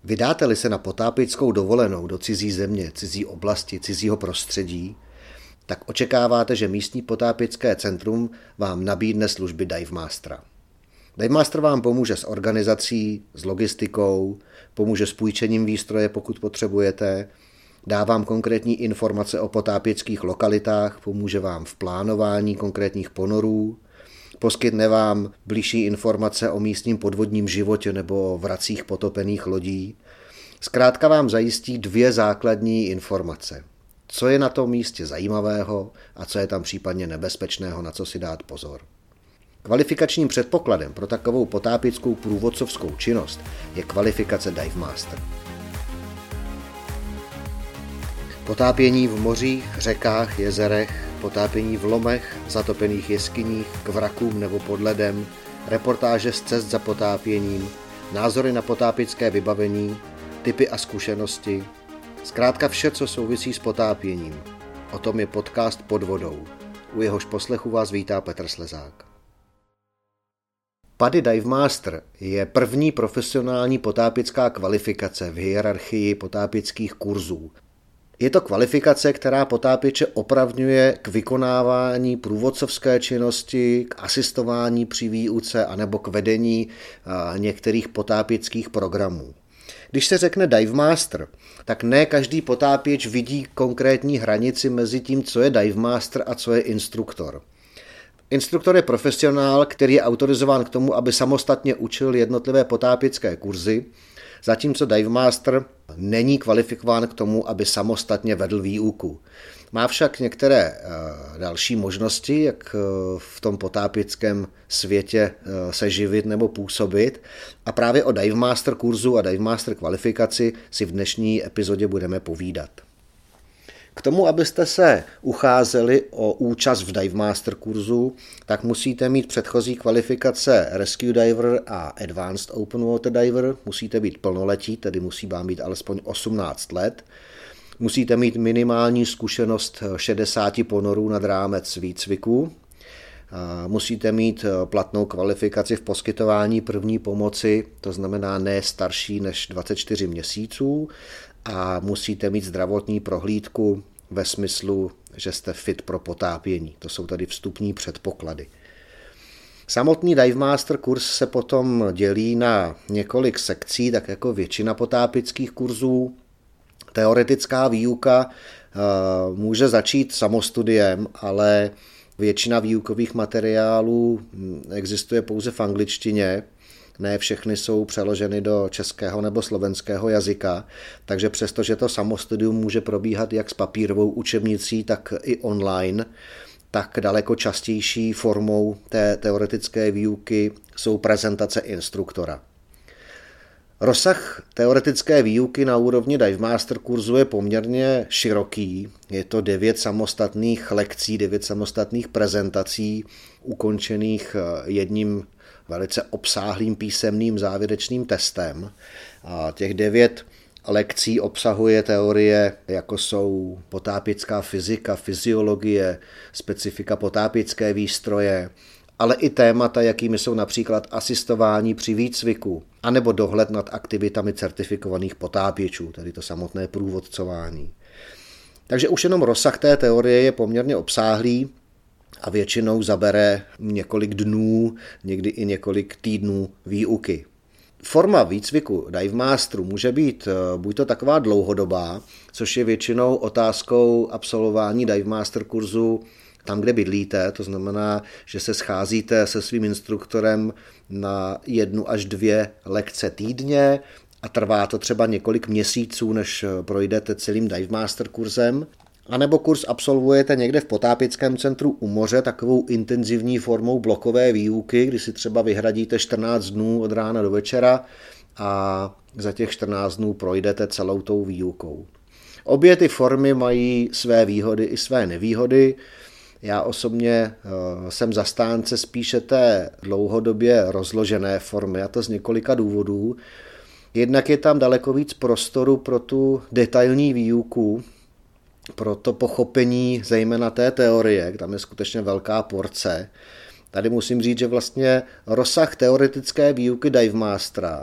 Vydáte-li se na potápěčskou dovolenou do cizí země, cizí oblasti, cizího prostředí, tak očekáváte, že místní potápěčské centrum vám nabídne služby dive mastera. Dive master vám pomůže s organizací, s logistikou, pomůže s půjčením výstroje, pokud potřebujete, dá vám konkrétní informace o potápěčských lokalitách, pomůže vám v plánování konkrétních ponorů, poskytne vám bližší informace o místním podvodním životě nebo o vracích potopených lodí. Zkrátka vám zajistí 2 základní informace. Co je na tom místě zajímavého a co je tam případně nebezpečného, na co si dát pozor. Kvalifikačním předpokladem pro takovou potápěčskou průvodcovskou činnost je kvalifikace dive master. Potápění v mořích, řekách, jezerech, potápění v lomech, zatopených jeskyních, k vrakům nebo pod ledem, reportáže z cest za potápěním, názory na potápěčské vybavení, tipy a zkušenosti, zkrátka vše, co souvisí s potápěním. O tom je podcast Pod vodou. U jehož poslechu vás vítá Petr Slezák. PADI Dive Master je první profesionální potápěčská kvalifikace v hierarchii potápěčských kurzů. Je to kvalifikace, která potápěče opravňuje k vykonávání průvodcovské činnosti, k asistování při výuce anebo k vedení některých potápěčských programů. Když se řekne dive master, tak ne každý potápěč vidí konkrétní hranici mezi tím, co je dive master a co je instruktor. Instruktor je profesionál, který je autorizován k tomu, aby samostatně učil jednotlivé potápěčské kurzy, zatímco dive master není kvalifikován k tomu, aby samostatně vedl výuku. Má však některé další možnosti, jak v tom potápěčském světě se živit nebo působit. A právě o dive master kurzu a dive master kvalifikaci si v dnešní epizodě budeme povídat. K tomu, abyste se ucházeli o účast v dive master kurzu, tak musíte mít předchozí kvalifikace Rescue Diver a Advanced Open Water Diver. Musíte být plnoletí, tedy musí vám být alespoň 18 let. Musíte mít minimální zkušenost 60 ponorů nad rámec výcviku. Musíte mít platnou kvalifikaci v poskytování první pomoci, to znamená ne starší než 24 měsíců. A musíte mít zdravotní prohlídku ve smyslu, že jste fit pro potápění. To jsou tady vstupní předpoklady. Samotný dive master kurz se potom dělí na několik sekcí, tak jako většina potápěčských kurzů. Teoretická výuka může začít samostudiem, ale většina výukových materiálů existuje pouze v angličtině. Ne všechny jsou přeloženy do českého nebo slovenského jazyka, takže přestože to samostudium může probíhat jak s papírovou učebnicí, tak i online, tak daleko častější formou té teoretické výuky jsou prezentace instruktora. Rozsah teoretické výuky na úrovni dive master kurzu je poměrně široký. Je to 9 samostatných lekcí, 9 samostatných prezentací, ukončených jedním velice obsáhlým písemným závěrečným testem. A těch 9 lekcí obsahuje teorie, jako jsou potápěčská fyzika, fyziologie, specifika potápěčské výstroje, ale i témata, jakými jsou například asistování při výcviku, anebo dohled nad aktivitami certifikovaných potápěčů, tedy to samotné průvodcování. Takže už jenom rozsah té teorie je poměrně obsáhlý a většinou zabere několik dnů, někdy i několik týdnů výuky. Forma výcviku dive masteru může být buď to taková dlouhodobá, což je většinou otázkou absolvování dive master kurzu tam, kde bydlíte, to znamená, že se scházíte se svým instruktorem na 1 až 2 lekce týdně a trvá to třeba několik měsíců, než projdete celým dive master kurzem. A nebo kurz absolvujete někde v potápěčském centru u moře takovou intenzivní formou blokové výuky, kdy si třeba vyhradíte 14 dnů od rána do večera a za těch 14 dnů projdete celou tou výukou. Obě ty formy mají své výhody i své nevýhody. Já osobně jsem zastánce spíše té dlouhodobě rozložené formy, a to z několika důvodů. Jednak je tam daleko víc prostoru pro tu detailní výuku, pro to pochopení zejména té teorie, tam je skutečně velká porce. Tady musím říct, že vlastně rozsah teoretické výuky dive mastera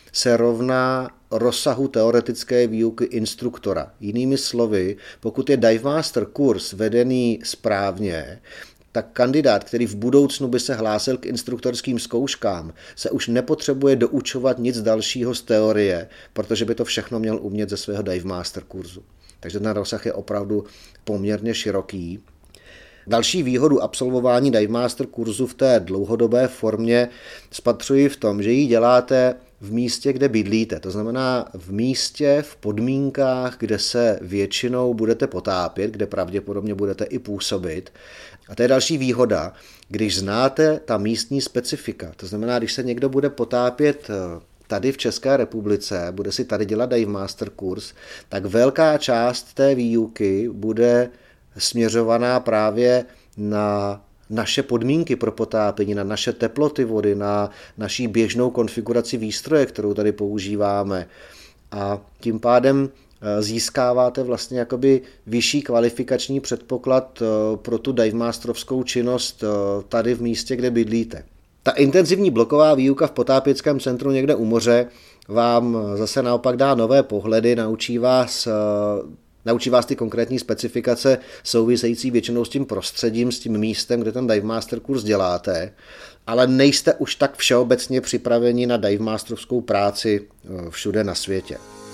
se rovná rozsahu teoretické výuky instruktora. Jinými slovy, pokud je Dive Master kurz vedený správně, tak kandidát, který v budoucnu by se hlásil k instruktorským zkouškám, se už nepotřebuje doučovat nic dalšího z teorie, protože by to všechno měl umět ze svého Dive Master kurzu. Takže ten rozsah je opravdu poměrně široký. Další výhodu absolvování Dive Master kurzu v té dlouhodobé formě spatřuji v tom, že ji děláte v místě, kde bydlíte. To znamená v místě, v podmínkách, kde se většinou budete potápět, kde pravděpodobně budete i působit. A to je další výhoda, když znáte ta místní specifika. To znamená, když se někdo bude potápět tady v České republice, bude si tady dělat Dive Master kurz, tak velká část té výuky bude směřovaná právě na naše podmínky pro potápění, na naše teploty vody, na naší běžnou konfiguraci výstroje, kterou tady používáme. A tím pádem získáváte vlastně jakoby vyšší kvalifikační předpoklad pro tu dive masterovskou činnost tady v místě, kde bydlíte. Ta intenzivní bloková výuka v potápěckém centru někde u moře vám zase naopak dá nové pohledy, naučí vás ty konkrétní specifikace související většinou s tím prostředím, s tím místem, kde ten Dive Master kurz děláte, ale nejste už tak všeobecně připraveni na dive masterovskou práci všude na světě.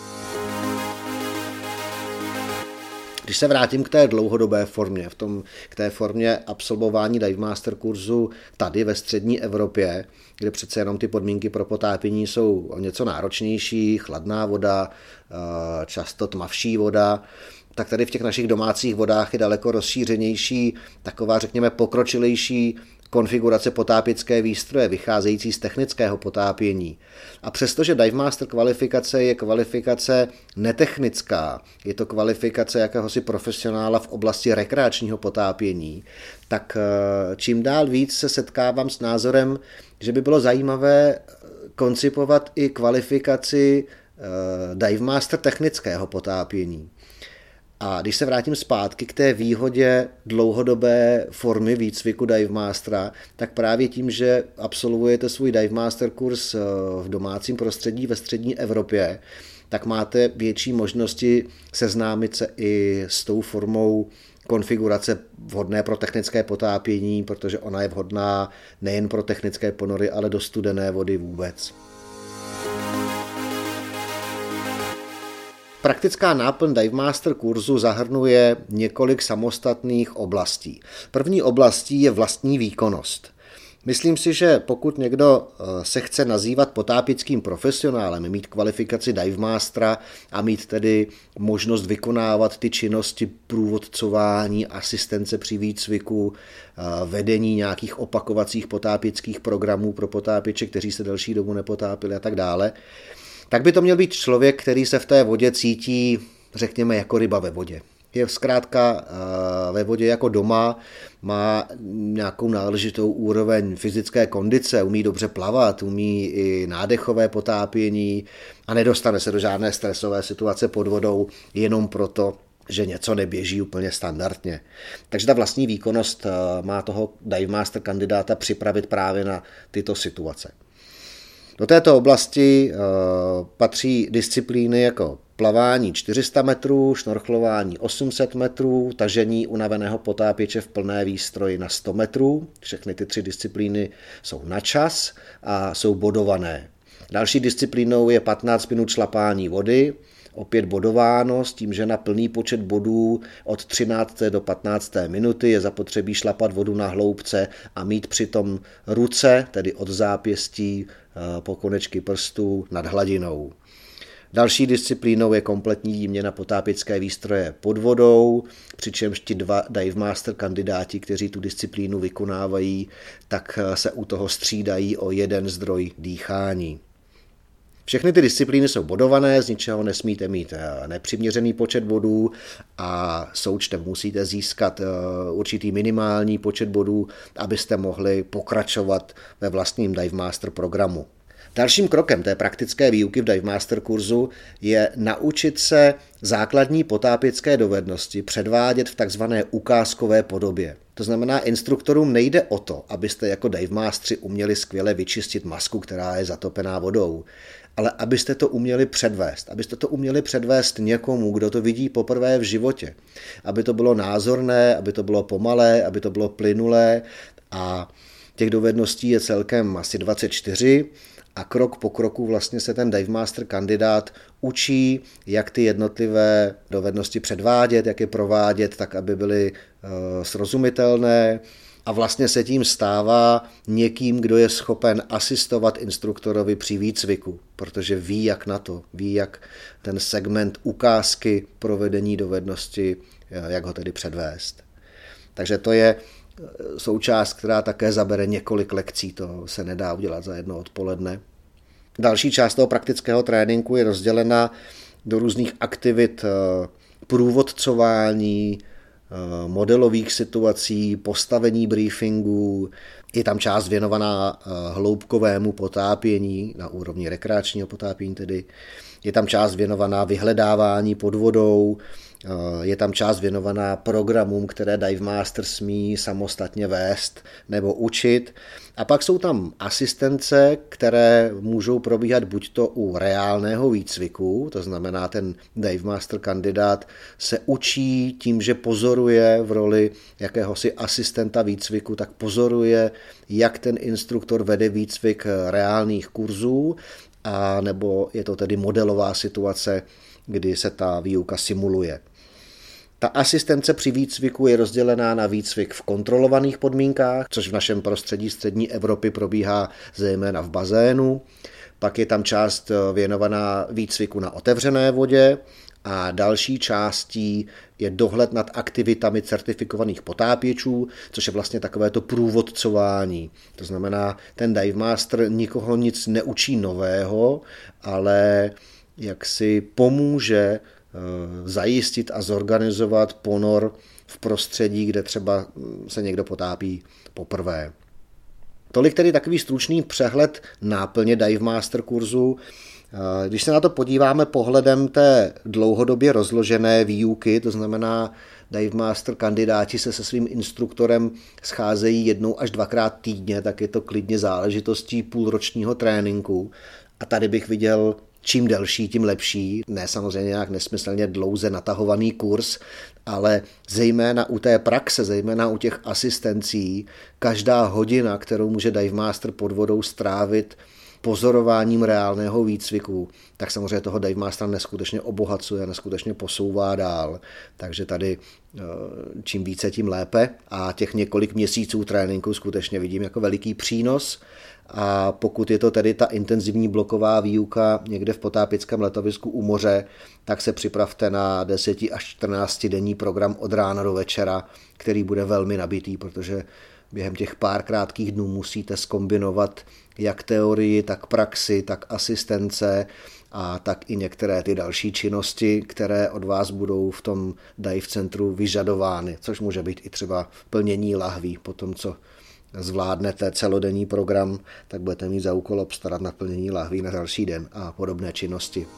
Když se vrátím k té dlouhodobé formě, k té formě absolvování Dive Master kurzu tady ve střední Evropě, kde přece jenom ty podmínky pro potápění jsou o něco náročnější, chladná voda, často tmavší voda, tak tady v těch našich domácích vodách je daleko rozšířenější, taková řekněme pokročilejší konfigurace potápěcké výstroje, vycházející z technického potápění. A přestože Dive Master kvalifikace je kvalifikace netechnická, je to kvalifikace jakéhosi profesionála v oblasti rekreačního potápění, tak čím dál víc se setkávám s názorem, že by bylo zajímavé koncipovat i kvalifikaci Dive Master technického potápění. A když se vrátím zpátky k té výhodě dlouhodobé formy výcviku Dive Mastera, tak právě tím, že absolvujete svůj Dive Master kurz v domácím prostředí ve střední Evropě, tak máte větší možnosti seznámit se i s tou formou konfigurace vhodné pro technické potápění, protože ona je vhodná nejen pro technické ponory, ale do studené vody vůbec. Praktická náplň Dive Master kurzu zahrnuje několik samostatných oblastí. První oblastí je vlastní výkonnost. Myslím si, že pokud někdo se chce nazývat potápěckým profesionálem, mít kvalifikaci Dive Mastera a mít tedy možnost vykonávat ty činnosti průvodcování, asistence při výcviku, vedení nějakých opakovacích potápěckých programů pro potápěče, kteří se delší dobu nepotápili a tak dále, tak by to měl být člověk, který se v té vodě cítí, řekněme, jako ryba ve vodě. Je zkrátka ve vodě jako doma, má nějakou náležitou úroveň fyzické kondice, umí dobře plavat, umí i nádechové potápění a nedostane se do žádné stresové situace pod vodou jenom proto, že něco neběží úplně standardně. Takže ta vlastní výkonnost má toho Dive Master kandidáta připravit právě na tyto situace. Do této oblasti patří disciplíny jako plavání 400 metrů, šnorchlování 800 metrů, tažení unaveného potápěče v plné výstroji na 100 metrů. Všechny ty 3 disciplíny jsou na čas a jsou bodované. Další disciplínou je 15 minut šlapání vody, opět bodováno s tím, že na plný počet bodů od 13. do 15. minuty je zapotřebí šlapat vodu na hloubce a mít přitom ruce, tedy od zápěstí po konečky prstů nad hladinou. Další disciplínou je kompletní výměna potápěcké výstroje pod vodou, přičemž ti 2 Dive Master kandidáti, kteří tu disciplínu vykonávají, tak se u toho střídají o jeden zdroj dýchání. Všechny ty disciplíny jsou bodované, z ničeho nesmíte mít nepřiměřený počet bodů a součtem musíte získat určitý minimální počet bodů, abyste mohli pokračovat ve vlastním Dive Master programu. Dalším krokem té praktické výuky v Dive Master kurzu je naučit se základní potápěcké dovednosti předvádět v takzvané ukázkové podobě. To znamená, instruktorům nejde o to, abyste jako Dive Masteri uměli skvěle vyčistit masku, která je zatopená vodou, ale abyste to uměli předvést. Abyste to uměli předvést někomu, kdo to vidí poprvé v životě. Aby to bylo názorné, aby to bylo pomalé, aby to bylo plynulé a těch dovedností je celkem asi 24 a krok po kroku vlastně se ten Dive Master kandidát učí, jak ty jednotlivé dovednosti předvádět, jak je provádět, tak aby byly srozumitelné a vlastně se tím stává někým, kdo je schopen asistovat instruktorovi při výcviku, protože ví, jak na to, ví, jak ten segment ukázky provedení dovednosti, jak ho tedy předvést. Takže to je součást, která také zabere několik lekcí, to se nedá udělat za jedno odpoledne. Další část toho praktického tréninku je rozdělena do různých aktivit průvodcování, modelových situací, postavení briefingů. Je tam část věnovaná hloubkovému potápění, na úrovni rekreačního potápění tedy. Je tam část věnovaná vyhledávání pod vodou, je tam část věnovaná programům, které Dive Master smí samostatně vést nebo učit. A pak jsou tam asistence, které můžou probíhat buď to u reálného výcviku, to znamená ten Dive Master kandidát se učí tím, že pozoruje v roli jakéhosi asistenta výcviku, tak pozoruje, jak ten instruktor vede výcvik reálných kurzů, a nebo je to tedy modelová situace, kdy se ta výuka simuluje. Ta asistence při výcviku je rozdělená na výcvik v kontrolovaných podmínkách, což v našem prostředí střední Evropy probíhá zejména v bazénu. Pak je tam část věnovaná výcviku na otevřené vodě a další částí je dohled nad aktivitami certifikovaných potápěčů, což je vlastně takové to průvodcování. To znamená, ten Dive Master nikoho nic neučí nového, ale jak si pomůže zajistit a zorganizovat ponor v prostředí, kde třeba se někdo potápí poprvé. Tolik tedy takový stručný přehled náplně Dive Master kurzu. Když se na to podíváme pohledem té dlouhodobě rozložené výuky, to znamená Dive Master kandidáti se svým instruktorem scházejí 1 až 2krát týdně, tak je to klidně záležitostí půlročního tréninku. A tady bych viděl čím delší, tím lepší. Ne samozřejmě nějak nesmyslně dlouze natahovaný kurz, ale zejména u té praxe, zejména u těch asistencí, každá hodina, kterou může Dive Master pod vodou strávit pozorováním reálného výcviku, tak samozřejmě toho Dive Mastera neskutečně obohacuje, neskutečně posouvá dál. Takže tady čím více, tím lépe. A těch několik měsíců tréninku skutečně vidím jako veliký přínos. A pokud je to tedy ta intenzivní bloková výuka někde v potápěckém letovisku u moře, tak se připravte na 10 až 14 denní program od rána do večera, který bude velmi nabitý, protože během těch pár krátkých dnů musíte zkombinovat jak teorii, tak praxi, tak asistence a tak i některé ty další činnosti, které od vás budou v tom dive centru vyžadovány, což může být i třeba plnění lahví. Po tom, co zvládnete celodenní program, tak budete mít za úkol obstarat naplnění lahví na další den a podobné činnosti.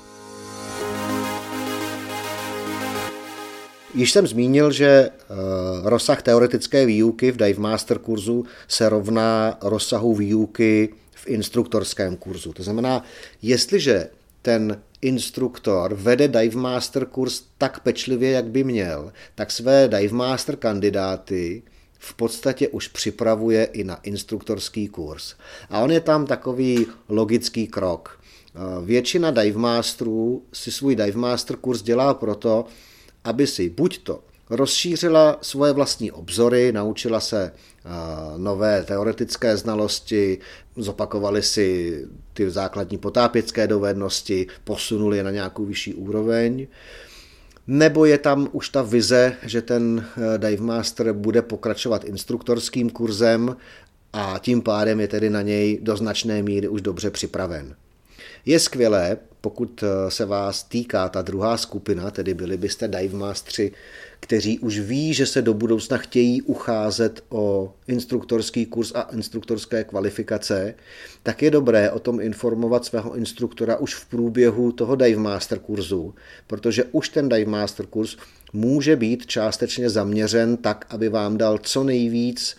Již jsem zmínil, že rozsah teoretické výuky v Dive Master kurzu se rovná rozsahu výuky v instruktorském kurzu. To znamená, jestliže ten instruktor vede Dive Master kurz tak pečlivě, jak by měl, tak své Dive Master kandidáty v podstatě už připravuje i na instruktorský kurz. A on je tam takový logický krok. Většina Dive Masterů si svůj Dive Master kurz dělá proto, aby si buď to rozšířila svoje vlastní obzory, naučila se nové teoretické znalosti, zopakovali si ty základní potápěcké dovednosti, posunuli je na nějakou vyšší úroveň, nebo je tam už ta vize, že ten Dive Master bude pokračovat instruktorským kurzem a tím pádem je tedy na něj do značné míry už dobře připraven. Je skvělé, pokud se vás týká ta druhá skupina, tedy byli byste dive mastři, kteří už ví, že se do budoucna chtějí ucházet o instruktorský kurz a instruktorské kvalifikace, tak je dobré o tom informovat svého instruktora už v průběhu toho dive master kurzu, protože už ten dive master kurz může být částečně zaměřen tak, aby vám dal co nejvíc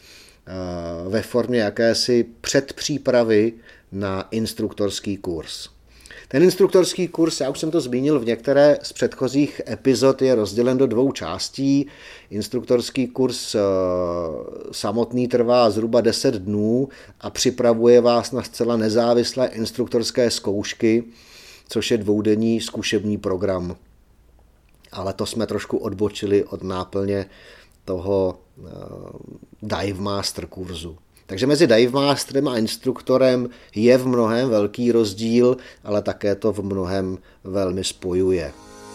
ve formě jakési předpřípravy na instruktorský kurz. Ten instruktorský kurz, já už jsem to zmínil v některé z předchozích epizod, je rozdělen do 2 částí. Instruktorský kurz samotný trvá zhruba 10 dnů a připravuje vás na zcela nezávislé instruktorské zkoušky, což je 2denní zkušební program. Ale to jsme trošku odbočili od náplně toho Dive Master kurzu. Takže mezi Dive Masterem a instruktorem je v mnohém velký rozdíl, ale také to v mnohém velmi spojuje.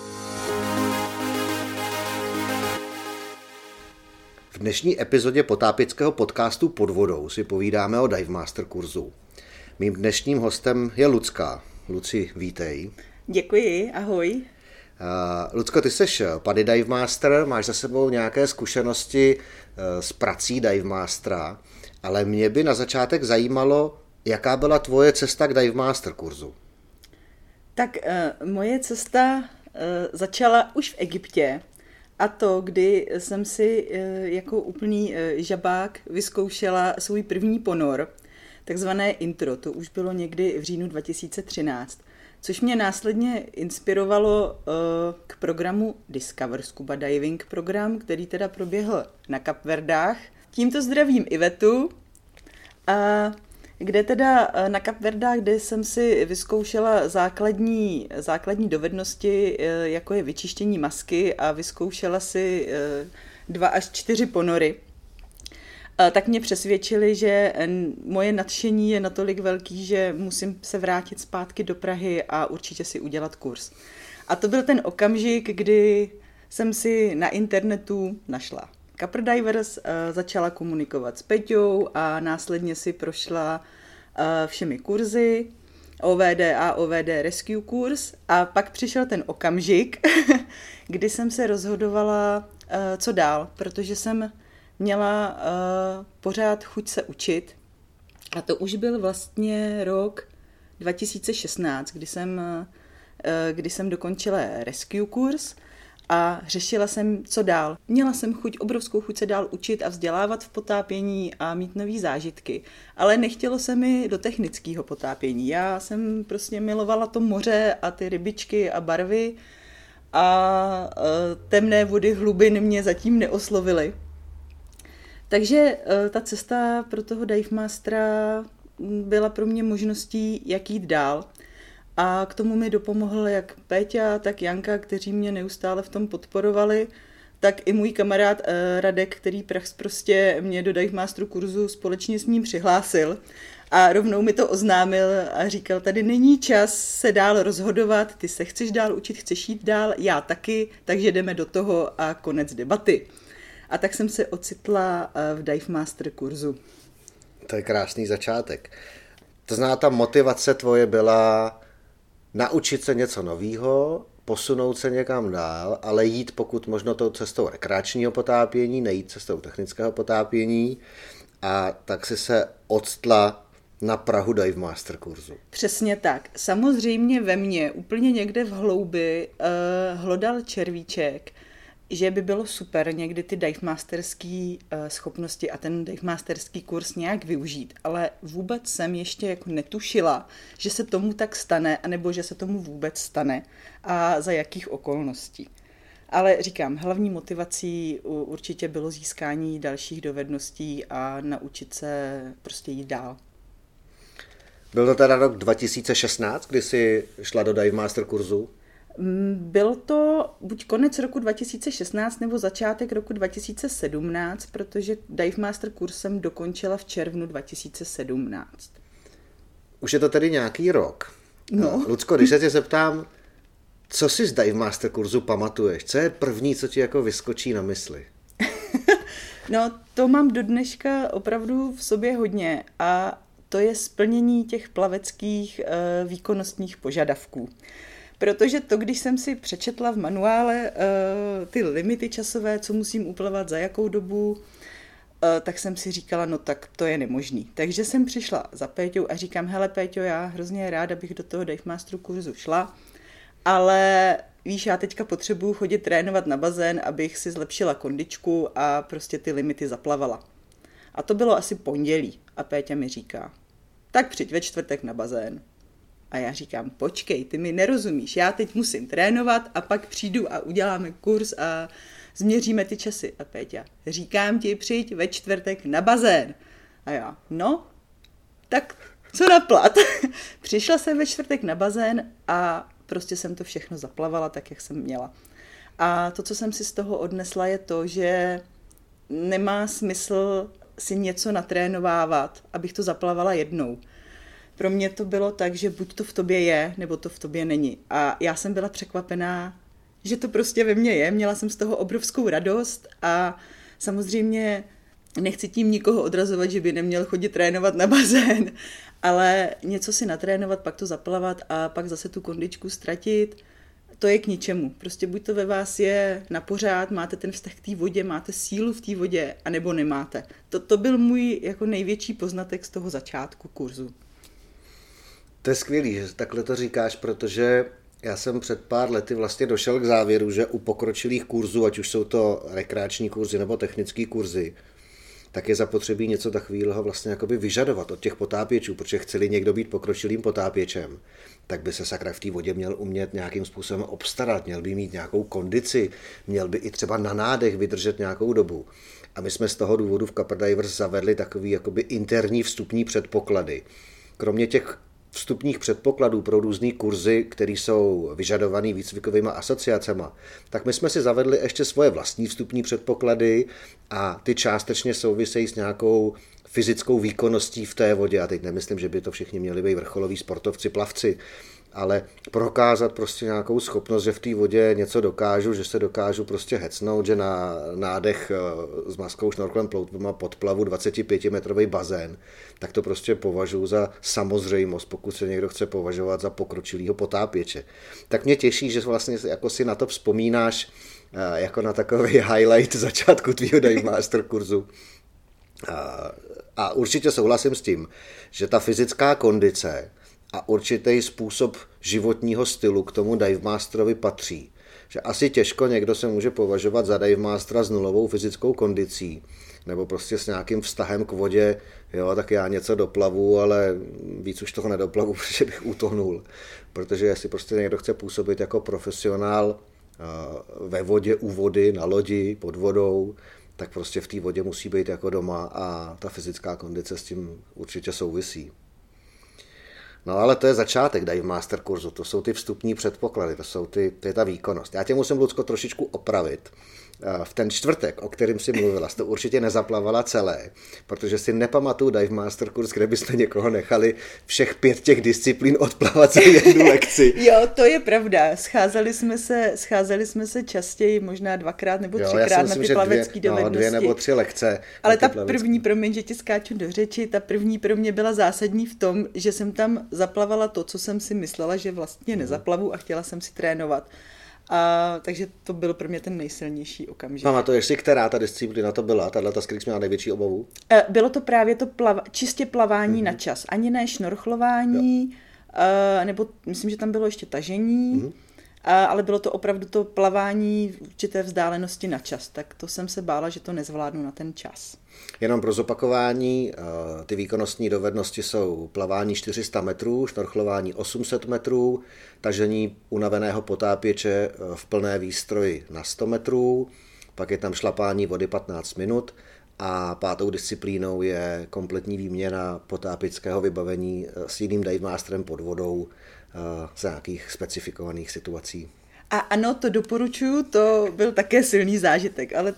V dnešní epizodě potápěckého podcastu Pod vodou si povídáme o Dive Master kurzu. Mým dnešním hostem je Lucka. Luci, vítej. Děkuji, ahoj. Lucko, ty jsi PADI Dive Master, máš za sebou nějaké zkušenosti s prací Dive Mastera, ale mě by na začátek zajímalo, jaká byla tvoje cesta k Dive Master kurzu. Tak moje cesta začala už v Egyptě, a to, kdy jsem si jako úplný žabák vyzkoušela svůj první ponor, takzvané intro, to už bylo někdy v říjnu 2013. Což mě následně inspirovalo k programu Discover Scuba Diving program, který teda proběhl na Kapverdách. Tímto zdravím Ivetu, kde teda na Kapverdách, kde jsem si vyzkoušela základní dovednosti, jako je vyčištění masky a vyzkoušela si 2 až 4 ponory. Tak mě přesvědčili, že moje nadšení je natolik velký, že musím se vrátit zpátky do Prahy a určitě si udělat kurz. A to byl ten okamžik, kdy jsem si na internetu našla Capr Divers, začala komunikovat s Peťou a následně si prošla všemi kurzy, OVD a OVD Rescue kurz, a pak přišel ten okamžik, kdy jsem se rozhodovala, co dál, protože jsem měla pořád chuť se učit, a to už byl vlastně rok 2016, kdy jsem dokončila rescue kurz a řešila jsem, co dál. Měla jsem obrovskou chuť se dál učit a vzdělávat v potápění a mít nový zážitky, ale nechtělo se mi do technického potápění. Já jsem prostě milovala to moře a ty rybičky a barvy a temné vody hlubin mě zatím neoslovily. Takže ta cesta pro toho Dive Mastera byla pro mě možností, jak jít dál. A k tomu mi dopomohl jak Péťa, tak Janka, kteří mě neustále v tom podporovali, tak i můj kamarád Radek, který prostě mě do Dive Masteru kurzu společně s ním přihlásil. A rovnou mi to oznámil a říkal, tady není čas se dál rozhodovat, ty se chceš dál učit, chceš jít dál, já taky, takže jdeme do toho a konec debaty. A tak jsem se ocitla v Dive Master kurzu. To je krásný začátek. To znamená, ta motivace tvoje byla naučit se něco nového, posunout se někam dál, ale jít pokud možno tou cestou rekreačního potápění, nejít cestou technického potápění, a tak si se octla na prahu Dive Master kurzu. Přesně tak. Samozřejmě ve mně úplně někde v hloubi hlodal červíček, že by bylo super někdy ty dive masterský schopnosti a ten dive masterský kurz nějak využít, ale vůbec jsem ještě jako netušila, že se tomu tak stane, anebo že se tomu vůbec stane a za jakých okolností. Ale říkám, hlavní motivací určitě bylo získání dalších dovedností a naučit se prostě jít dál. Byl to teda rok 2016, kdy jsi šla do Dive Master kurzu? Byl to buď konec roku 2016 nebo začátek roku 2017, protože Dive Master kurz jsem dokončila v červnu 2017. Už je to tedy nějaký rok. No. Lucko, když se tě zeptám, co si z Dive Master kurzu pamatuješ? Co je první, co ti jako vyskočí na mysli? No, to mám do dneška opravdu v sobě hodně a to je splnění těch plaveckých výkonnostních požadavků. Protože to, když jsem si přečetla v manuále ty limity časové, co musím uplavat, za jakou dobu, tak jsem si říkala, no tak to je nemožný. Takže jsem přišla za Péťou a říkám, hele Péťo, já hrozně ráda bych do toho Dive Masteru kurzu šla, ale víš, já teďka potřebuju chodit trénovat na bazén, abych si zlepšila kondičku a prostě ty limity zaplavala. A to bylo asi pondělí a Péťa mi říká, tak přijď ve čtvrtek na bazén. A já říkám, počkej, ty mi nerozumíš, já teď musím trénovat a pak přijdu a uděláme kurz a změříme ty časy. A Péťa, říkám ti, přijď ve čtvrtek na bazén. A já, no, tak co na plat? Přišla jsem ve čtvrtek na bazén a prostě jsem to všechno zaplavala tak, jak jsem měla. A to, co jsem si z toho odnesla, je to, že nemá smysl si něco natrénovávat, abych to zaplavala jednou. Pro mě to bylo tak, že buď to v tobě je, nebo to v tobě není. A já jsem byla překvapená, že to prostě ve mně je. Měla jsem z toho obrovskou radost a samozřejmě nechci tím nikoho odrazovat, že by neměl chodit trénovat na bazén, ale něco si natrénovat, pak to zaplavat a pak zase tu kondičku ztratit, to je k ničemu. Prostě buď to ve vás je na pořád, máte ten vztah k té vodě, máte sílu v té vodě, anebo nemáte. To byl můj jako největší poznatek z toho začátku kurzu. To je skvělý, že takhle to říkáš, protože já jsem před pár lety vlastně došel k závěru, že u pokročilých kurzů, ať už jsou to rekreační kurzy nebo technické kurzy, tak je zapotřebí něco takového vlastně jakoby vyžadovat od těch potápěčů, protože chce-li někdo být pokročilým potápěčem, tak by se sakra v té vodě měl umět nějakým způsobem obstarat, měl by mít nějakou kondici, měl by i třeba na nádech vydržet nějakou dobu. A my jsme z toho důvodu v Capper Divers zavedli takový jakoby interní vstupní předpoklady. Kromě těch vstupních předpokladů pro různý kurzy, které jsou vyžadovaný výcvikovými asociacemi, tak my jsme si zavedli ještě svoje vlastní vstupní předpoklady a ty částečně souvisejí s nějakou fyzickou výkonností v té vodě. A teď nemyslím, že by to všichni měli být vrcholoví sportovci, plavci, ale prokázat prostě nějakou schopnost, že v té vodě něco dokážu, že se dokážu prostě hecnout, že na nádech s maskou, šnorchlem, ploutbama podplavu 25-metrový bazén, tak to prostě považuji za samozřejmost, pokud se někdo chce považovat za pokročilýho potápěče. Tak mě těší, že vlastně jako si na to vzpomínáš jako na takový highlight začátku tvýho Dive Master kurzu. A určitě souhlasím s tím, že ta fyzická kondice a určitý způsob životního stylu k tomu Dive Masterovi patří. Že asi těžko někdo se může považovat za Dive Mastera s nulovou fyzickou kondicí, nebo prostě s nějakým vztahem k vodě, jo, tak já něco doplavu, ale víc už toho nedoplavu, protože bych utonul. Protože jestli prostě někdo chce působit jako profesionál ve vodě, u vody, na lodi, pod vodou, tak prostě v té vodě musí být jako doma a ta fyzická kondice s tím určitě souvisí. No ale to je začátek Dive Master kurzu, to jsou ty vstupní předpoklady, to je ta výkonnost. Já tě musím, Lucko, trošičku opravit. V ten čtvrtek, o kterém si mluvila, jsi to určitě nezaplavala celé, protože si nepamatuju Dive Master kurz, kde byste někoho nechali všech 5 těch disciplín odplavat za jednu lekci. Jo, to je pravda. Scházeli jsme se častěji, možná 2x nebo 3x na ty plavecké dovednosti. 2 nebo 3 lekce. Ale ta první, promiň, že ti skáču do řeči, ta první pro mě byla zásadní v tom, že jsem tam zaplavala to, co jsem si myslela, že vlastně nezaplavu a chtěla jsem si trénovat. Takže to byl pro mě ten nejsilnější okamžik. Pamatuješ si, která ta disciplína to byla? Tato, z kterých jsi měla největší obavu? Bylo to právě to čistě plavání na čas. Ani ne šnorchlování, nebo myslím, že tam bylo ještě tažení, ale bylo to opravdu to plavání v určité vzdálenosti na čas. Tak to jsem se bála, že to nezvládnu na ten čas. Jenom pro zopakování, ty výkonnostní dovednosti jsou plavání 400 metrů, šnorchlování 800 metrů, tažení unaveného potápěče v plné výstroji na 100 metrů, pak je tam šlapání vody 15 minut a 5. disciplínou je kompletní výměna potápěčského vybavení s jiným Dive Masterem pod vodou za nějakých specifikovaných situací. A ano, to doporučuju, to byl také silný zážitek, ale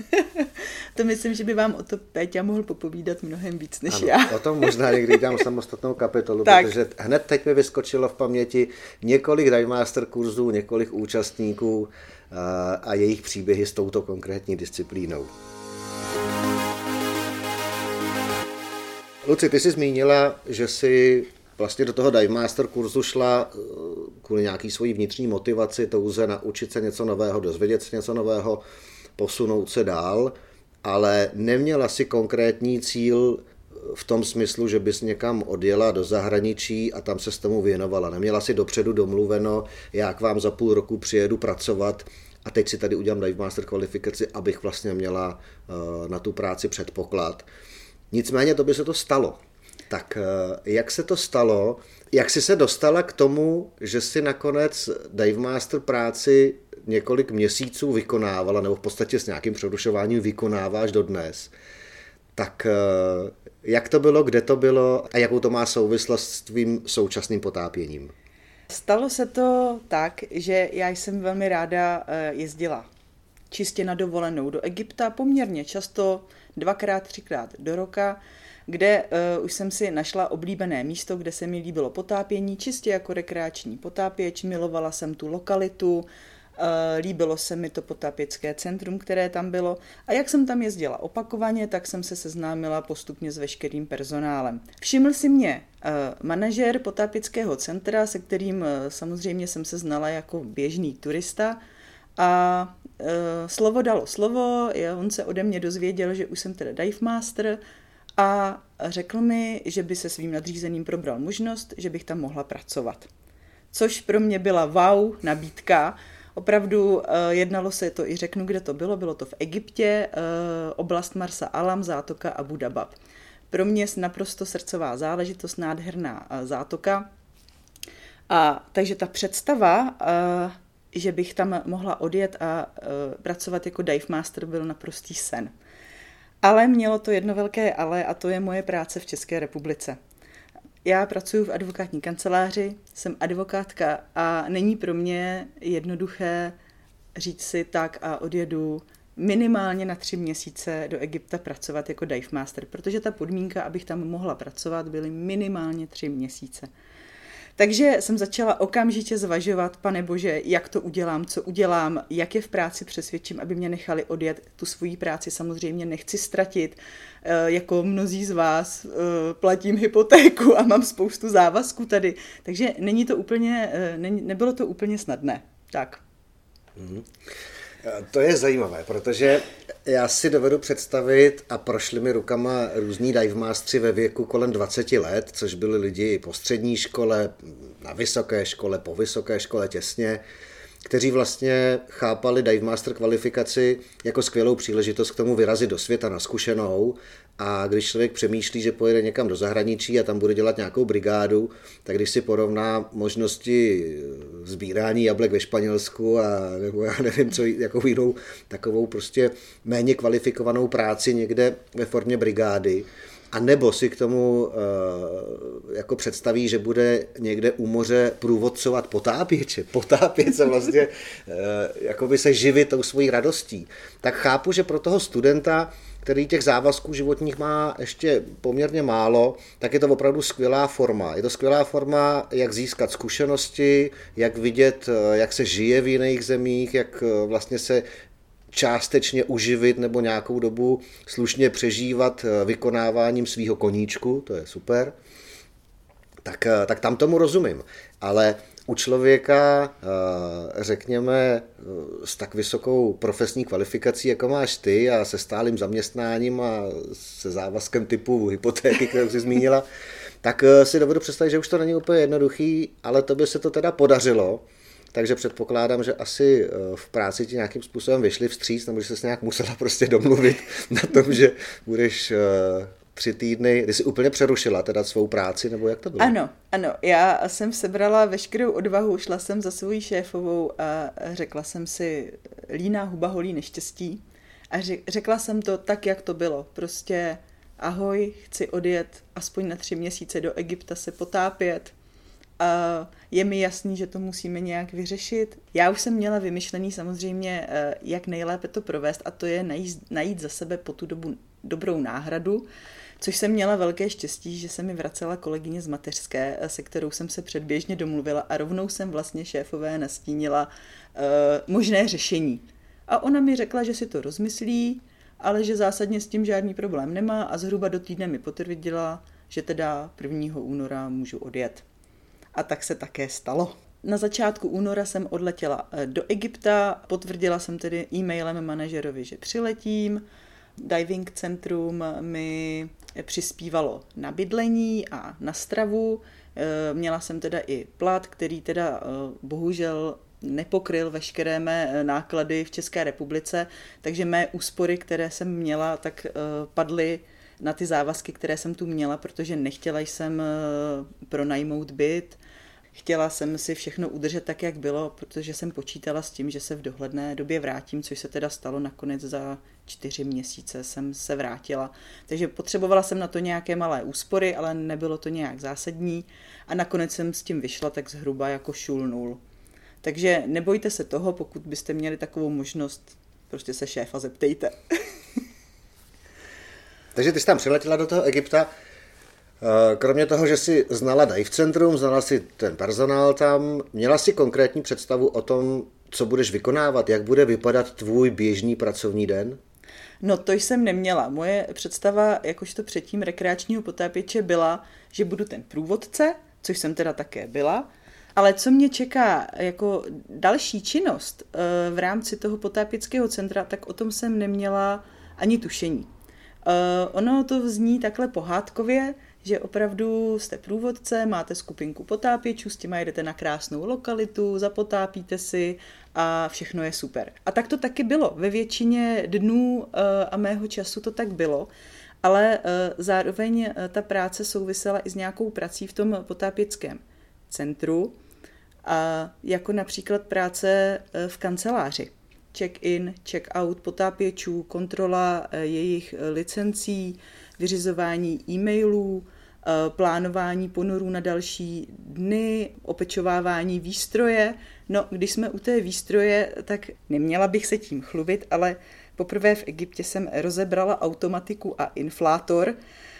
to myslím, že by vám o to Péťa mohl popovídat mnohem víc než já. O tom možná někdy dám samostatnou kapitolu, protože hned teď mi vyskočilo v paměti několik Dive Master kurzů, několik účastníků a jejich příběhy s touto konkrétní disciplínou. Luci, ty jsi zmínila, že jsi vlastně do toho Dive Master kurzu šla kvůli nějaký svojí vnitřní motivaci, touze naučit se něco nového, dozvědět se něco nového, posunout se dál, ale neměla si konkrétní cíl v tom smyslu, že bys někam odjela do zahraničí a tam se s tomu věnovala. Neměla si dopředu domluveno, já k vám za půl roku přijedu pracovat a teď si tady udělám Dive Master kvalifikaci, abych vlastně měla na tu práci předpoklad. Nicméně to by se to stalo. Tak jak se to stalo? Jak jsi se dostala k tomu, že jsi nakonec Dive Master práci několik měsíců vykonávala, nebo v podstatě s nějakým přerušováním vykonáváš dodnes? Tak jak to bylo, kde to bylo a jakou to má souvislost s tvým současným potápěním? Stalo se to tak, že já jsem velmi ráda jezdila čistě na dovolenou do Egypta, poměrně často, 2x, 3x do roka, kde už jsem si našla oblíbené místo, kde se mi líbilo potápění, čistě jako rekreační potápěč, milovala jsem tu lokalitu, líbilo se mi to potápěcké centrum, které tam bylo, a jak jsem tam jezdila opakovaně, tak jsem se seznámila postupně s veškerým personálem. Všiml si mě manažer potápěckého centra, se kterým samozřejmě jsem se znala jako běžný turista, a slovo dalo slovo, on se ode mě dozvěděl, že už jsem teda Dive Master, a řekl mi, že by se svým nadřízeným probral možnost, že bych tam mohla pracovat. Což pro mě byla wow nabídka. Opravdu jednalo se to, i řeknu, kde to bylo to v Egyptě, oblast Marsa Alam, zátoka Abu Dabab. Pro mě naprosto srdcová záležitost, nádherná zátoka. Takže ta představa, že bych tam mohla odjet a pracovat jako Dive Master, byl naprostý sen. Ale mělo to jedno velké ale, a to je moje práce v České republice. Já pracuji v advokátní kanceláři, jsem advokátka a není pro mě jednoduché říct si tak a odjedu minimálně na 3 měsíce do Egypta pracovat jako Dive Master, protože ta podmínka, abych tam mohla pracovat, byly minimálně 3 měsíce. Takže jsem začala okamžitě zvažovat, pane bože, jak to udělám, co udělám, jak je v práci přesvědčím, aby mě nechali odjet. Tu svoji práci samozřejmě nechci ztratit. Jako mnozí z vás platím hypotéku a mám spoustu závazků tady. Takže nebylo to úplně snadné. Tak. To je zajímavé, protože já si dovedu představit, a prošli mi rukama různí dive mastři ve věku kolem 20 let, což byli lidi po střední škole, na vysoké škole, po vysoké škole těsně, kteří vlastně chápali dive master kvalifikaci jako skvělou příležitost k tomu vyrazit do světa na zkušenou, a když člověk přemýšlí, že pojede někam do zahraničí a tam bude dělat nějakou brigádu, tak když si porovná možnosti sbírání jablek ve Španělsku a nebo já nevím, co, jakou jinou takovou prostě méně kvalifikovanou práci někde ve formě brigády, a nebo si k tomu jako představí, že bude někde u moře průvodcovat potápěče, potápět se vlastně jakoby se živit tou svojí radostí, tak chápu, že pro toho studenta, který těch závazků životních má ještě poměrně málo, tak je to opravdu skvělá forma. Je to skvělá forma, jak získat zkušenosti, jak vidět, jak se žije v jiných zemích, jak vlastně se částečně uživit nebo nějakou dobu slušně přežívat vykonáváním svýho koníčku, to je super. Tak tam tomu rozumím. Ale u člověka, řekněme, s tak vysokou profesní kvalifikací, jako máš ty, a se stálým zaměstnáním a se závazkem typu hypotéky, kterou jsi zmínila, tak si dovedu představit, že už to není úplně jednoduchý, ale to by se to teda podařilo. Takže předpokládám, že asi v práci ti nějakým způsobem vyšli vstříc, nebo že jsi se nějak musela prostě domluvit na tom, že budeš 3 týdny, ty jsi úplně přerušila teda svou práci, nebo jak to bylo? Ano, já jsem sebrala veškerou odvahu, šla jsem za svojí šéfovou a řekla jsem si, líná huba holí neštěstí, a řekla jsem to tak, jak to bylo, prostě ahoj, chci odjet aspoň na 3 měsíce do Egypta se potápět. Je mi jasný, že to musíme nějak vyřešit. Já už jsem měla vymyšlený samozřejmě, jak nejlépe to provést, a to je najít za sebe po tu dobu dobrou náhradu, což jsem měla velké štěstí, že se mi vracela kolegyně z mateřské, se kterou jsem se předběžně domluvila, a rovnou jsem vlastně šéfové nastínila možné řešení. A ona mi řekla, že si to rozmyslí, ale že zásadně s tím žádný problém nemá, a zhruba do týdne mi potvrdila, že teda 1. února můžu odjet. A tak se také stalo. Na začátku února jsem odletěla do Egypta, potvrdila jsem tedy e-mailem manažerovi, že přiletím. Diving centrum mi přispívalo na bydlení a na stravu. Měla jsem teda i plat, který teda bohužel nepokryl veškeré mé náklady v České republice, takže mé úspory, které jsem měla, tak padly na ty závazky, které jsem tu měla, protože nechtěla jsem pronajmout byt. Chtěla jsem si všechno udržet tak, jak bylo, protože jsem počítala s tím, že se v dohledné době vrátím, což se teda stalo nakonec za 4 měsíce jsem se vrátila. Takže potřebovala jsem na to nějaké malé úspory, ale nebylo to nějak zásadní a nakonec jsem s tím vyšla tak zhruba jako šul nul. Takže nebojte se toho, pokud byste měli takovou možnost, prostě se šéfa zeptejte. Takže ty jsi tam přiletěla do toho Egypta. Kromě toho, že jsi znala Dive Centrum, znala si ten personál tam, měla jsi konkrétní představu o tom, co budeš vykonávat, jak bude vypadat tvůj běžný pracovní den? No to jsem neměla. Moje představa jakožto předtím rekreačního potápěče byla, že budu ten průvodce, což jsem teda také byla, ale co mě čeká jako další činnost v rámci toho potápěckého centra, tak o tom jsem neměla ani tušení. Ono to zní takhle pohádkově, že opravdu jste průvodce, máte skupinku potápěčů, s těma jedete na krásnou lokalitu, zapotápíte si a všechno je super. A tak to taky bylo. Ve většině dnů a mého času to tak bylo, ale zároveň ta práce souvisela i s nějakou prací v tom potápěckém centru, a jako například práce v kanceláři. Check-in, check-out potápěčů, kontrola jejich licencí, vyřizování e-mailů, plánování ponorů na další dny, opečovávání výstroje. No, když jsme u té výstroje, tak neměla bych se tím chlubit, ale poprvé v Egyptě jsem rozebrala automatiku a inflátor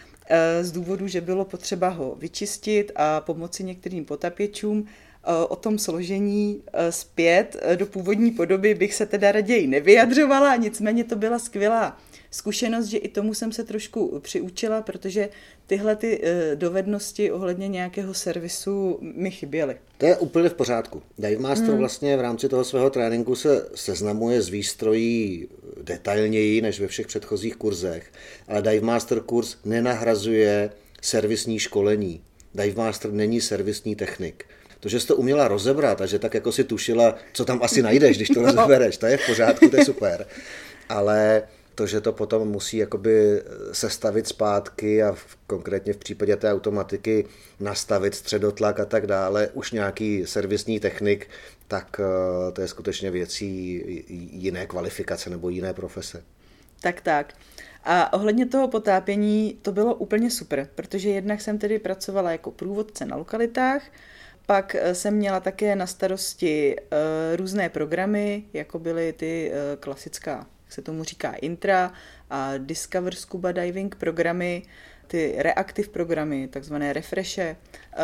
z důvodu, že bylo potřeba ho vyčistit a pomoci některým potápěčům. O tom složení zpět do původní podoby bych se teda raději nevyjadřovala, nicméně to byla skvělá zkušenost, že i tomu jsem se trošku přiučila, protože tyhle ty dovednosti ohledně nějakého servisu mi chyběly. To je úplně v pořádku. Dive Master vlastně v rámci toho svého tréninku se seznamuje s výstrojí detailněji než ve všech předchozích kurzech, ale Dive Master kurz nenahrazuje servisní školení. Dive Master není servisní technik. To, že jsi to uměla rozebrat a že tak jako si tušila, co tam asi najdeš, když to rozebereš, to je v pořádku, to je super. Ale to, že to potom musí jakoby sestavit zpátky a konkrétně v případě té automatiky nastavit středotlak a tak dále, už nějaký servisní technik, tak to je skutečně věcí jiné kvalifikace nebo jiné profese. Tak. A ohledně toho potápění to bylo úplně super, protože jednak jsem tedy pracovala jako průvodce na lokalitách, pak jsem měla také na starosti různé programy, jako byly ty klasická, jak se tomu říká, intra a Discover Scuba Diving programy, ty reactive programy, takzvané refreshe.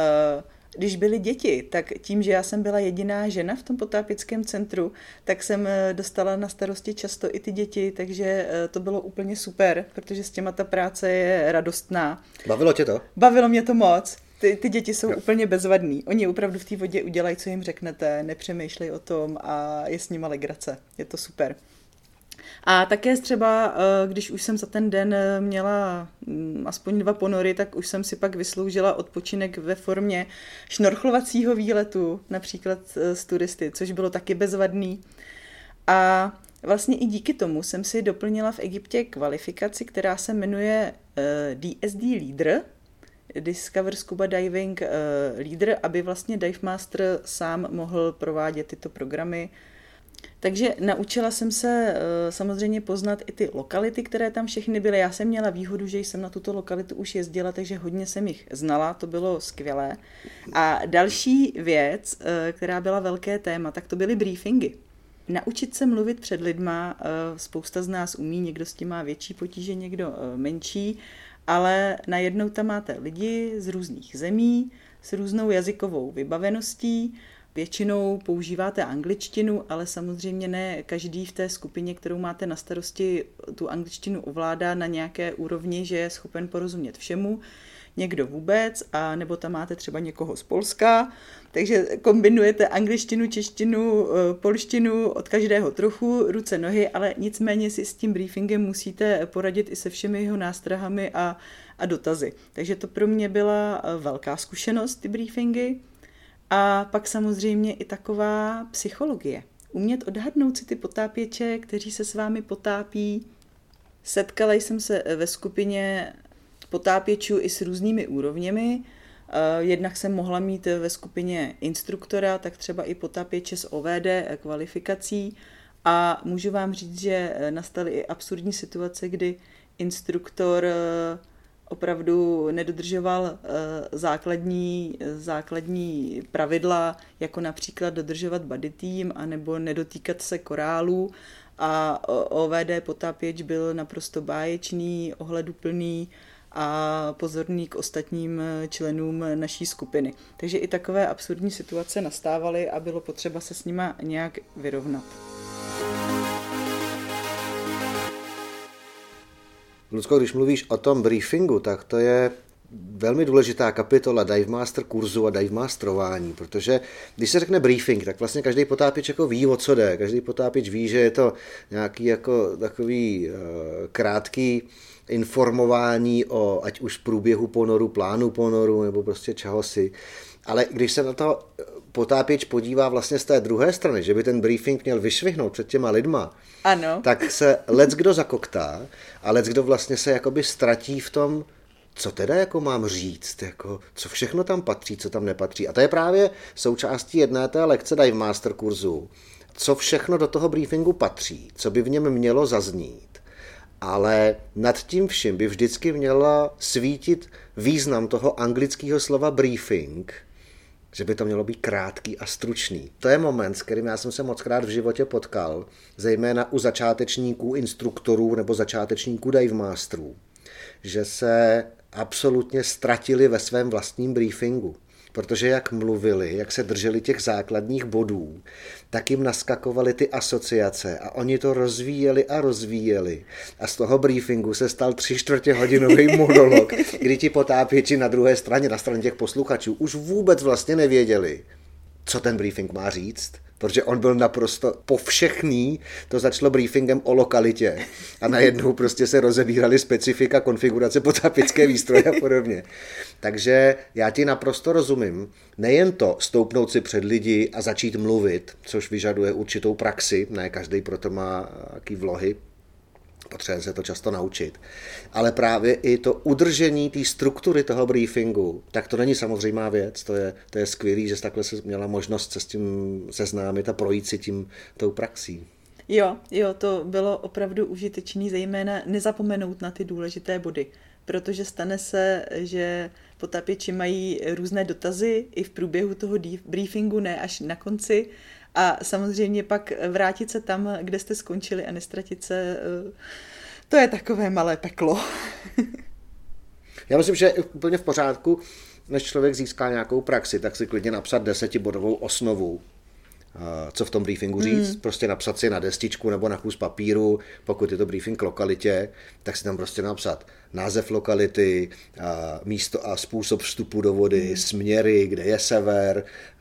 Když byly děti, tak tím, že já jsem byla jediná žena v tom potápěckém centru, tak jsem dostala na starosti často i ty děti, takže to bylo úplně super, protože s těma ta práce je radostná. Bavilo tě to? Bavilo mě to moc. Ty děti jsou úplně bezvadný. Oni opravdu v té vodě udělají, co jim řeknete, nepřemýšlej o tom a je s nima legrace. Je to super. A také třeba, když už jsem za ten den měla aspoň 2 ponory, tak už jsem si pak vysloužila odpočinek ve formě šnorchlovacího výletu, například s turisty, což bylo taky bezvadný. A vlastně i díky tomu jsem si doplnila v Egyptě kvalifikaci, která se jmenuje DSD Leader, Discover Scuba Diving Leader, aby vlastně Dive Master sám mohl provádět tyto programy. Takže naučila jsem se samozřejmě poznat i ty lokality, které tam všechny byly. Já jsem měla výhodu, že jsem na tuto lokalitu už jezdila, takže hodně jsem jich znala, to bylo skvělé. A další věc, která byla velké téma, tak to byly briefingy. Naučit se mluvit před lidma, spousta z nás umí, někdo s tím má větší potíže, někdo menší, ale najednou tam máte lidi z různých zemí, s různou jazykovou vybaveností. Většinou používáte angličtinu, ale samozřejmě ne každý v té skupině, kterou máte na starosti, tu angličtinu ovládá na nějaké úrovni, že je schopen porozumět všemu. Někdo vůbec, a nebo tam máte třeba někoho z Polska, takže kombinujete angličtinu, češtinu, polštinu, od každého trochu, ruce, nohy, ale nicméně si s tím briefingem musíte poradit i se všemi jeho nástrahami a dotazy. Takže to pro mě byla velká zkušenost, ty briefingy. A pak samozřejmě i taková psychologie. Umět odhadnout si ty potápěče, kteří se s vámi potápí. Setkala jsem se ve skupině potápěčů i s různými úrovněmi. Jednak jsem mohla mít ve skupině instruktora, tak třeba i potápěče s OVD kvalifikací a můžu vám říct, že nastaly i absurdní situace, kdy instruktor opravdu nedodržoval základní pravidla, jako například dodržovat body team anebo nedotýkat se korálů a OVD potápěč byl naprosto báječný, ohleduplný a pozorný k ostatním členům naší skupiny. Takže i takové absurdní situace nastávaly a bylo potřeba se s nima nějak vyrovnat. Lucko, když mluvíš o tom briefingu, tak to je velmi důležitá kapitola Dive Master kurzu a dive masterování, protože když se řekne briefing, tak vlastně každý potápěč jako ví, o co jde. Každý potápěč ví, že je to nějaký jako takový krátký informování o ať už průběhu ponoru, plánu ponoru nebo prostě čehosi. Ale když se na to potápěč podívá vlastně z té druhé strany, že by ten briefing měl vyšvihnout před těma lidma, ano. Tak se leckdo zakoktá a leckdo vlastně se jakoby ztratí v tom, co teda jako mám říct, jako, co všechno tam patří, co tam nepatří. A to je právě součástí jedné té lekce Dive Master kurzu, co všechno do toho briefingu patří, co by v něm mělo zaznít. Ale nad tím vším by vždycky měla svítit význam toho anglického slova briefing, že by to mělo být krátký a stručný. To je moment, s kterým já jsem se mockrát v životě potkal, zejména u začátečníků, instruktorů nebo začátečníků dive masterů, že se absolutně ztratili ve svém vlastním briefingu. Protože jak mluvili, jak se drželi těch základních bodů, tak jim naskakovaly ty asociace a oni to rozvíjeli a rozvíjeli. A z toho briefingu se stal 3/4hodinový monolog, kdy ti potápěči na druhé straně, na straně těch posluchačů, už vůbec vlastně nevěděli, co ten briefing má říct, protože on byl naprosto povšechný, to začalo briefingem o lokalitě a najednou prostě se rozebíraly specifika, konfigurace potápěcké výstroje a podobně. Takže já ti naprosto rozumím, nejen to stoupnout si před lidi a začít mluvit, což vyžaduje určitou praxi, ne každý proto má jaký vlohy, potřebuje se to často naučit. Ale právě i to udržení té struktury toho briefingu, tak to není samozřejmá věc, to je skvělý, že jsi takhle měla možnost se s tím seznámit a projít si tou praxí. Jo, to bylo opravdu užitečný, zejména nezapomenout na ty důležité body, protože stane se, že potápěči mají různé dotazy i v průběhu toho briefingu, ne až na konci, a samozřejmě pak vrátit se tam, kde jste skončili a nestratit se, to je takové malé peklo. Já myslím, že je úplně v pořádku, než člověk získá nějakou praxi, tak si klidně napsat 10bodovou osnovu, co v tom briefingu říct, prostě napsat si na destičku nebo na kus papíru, pokud je to briefing k lokalitě, tak si tam prostě napsat název lokality, místo a způsob vstupu do vody, směry, kde je sever,